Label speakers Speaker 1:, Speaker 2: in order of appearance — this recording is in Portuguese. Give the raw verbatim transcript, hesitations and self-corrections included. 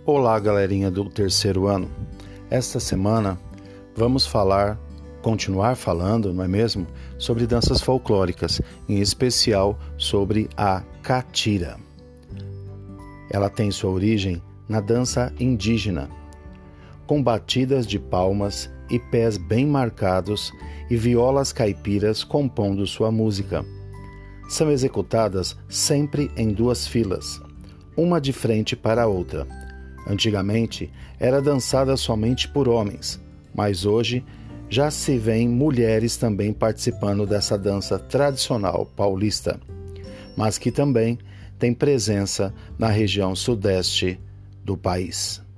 Speaker 1: Olá, galerinha do terceiro ano. Esta semana vamos falar, continuar falando, não é mesmo, sobre danças folclóricas, em especial sobre a catira. Ela tem sua origem na dança indígena, com batidas de palmas e pés bem marcados e violas caipiras compondo sua música. São executadas sempre em duas filas, uma de frente para a outra. Antigamente, era dançada somente por homens, mas hoje já se vêem mulheres também participando dessa dança tradicional paulista, mas que também tem presença na região sudeste do país.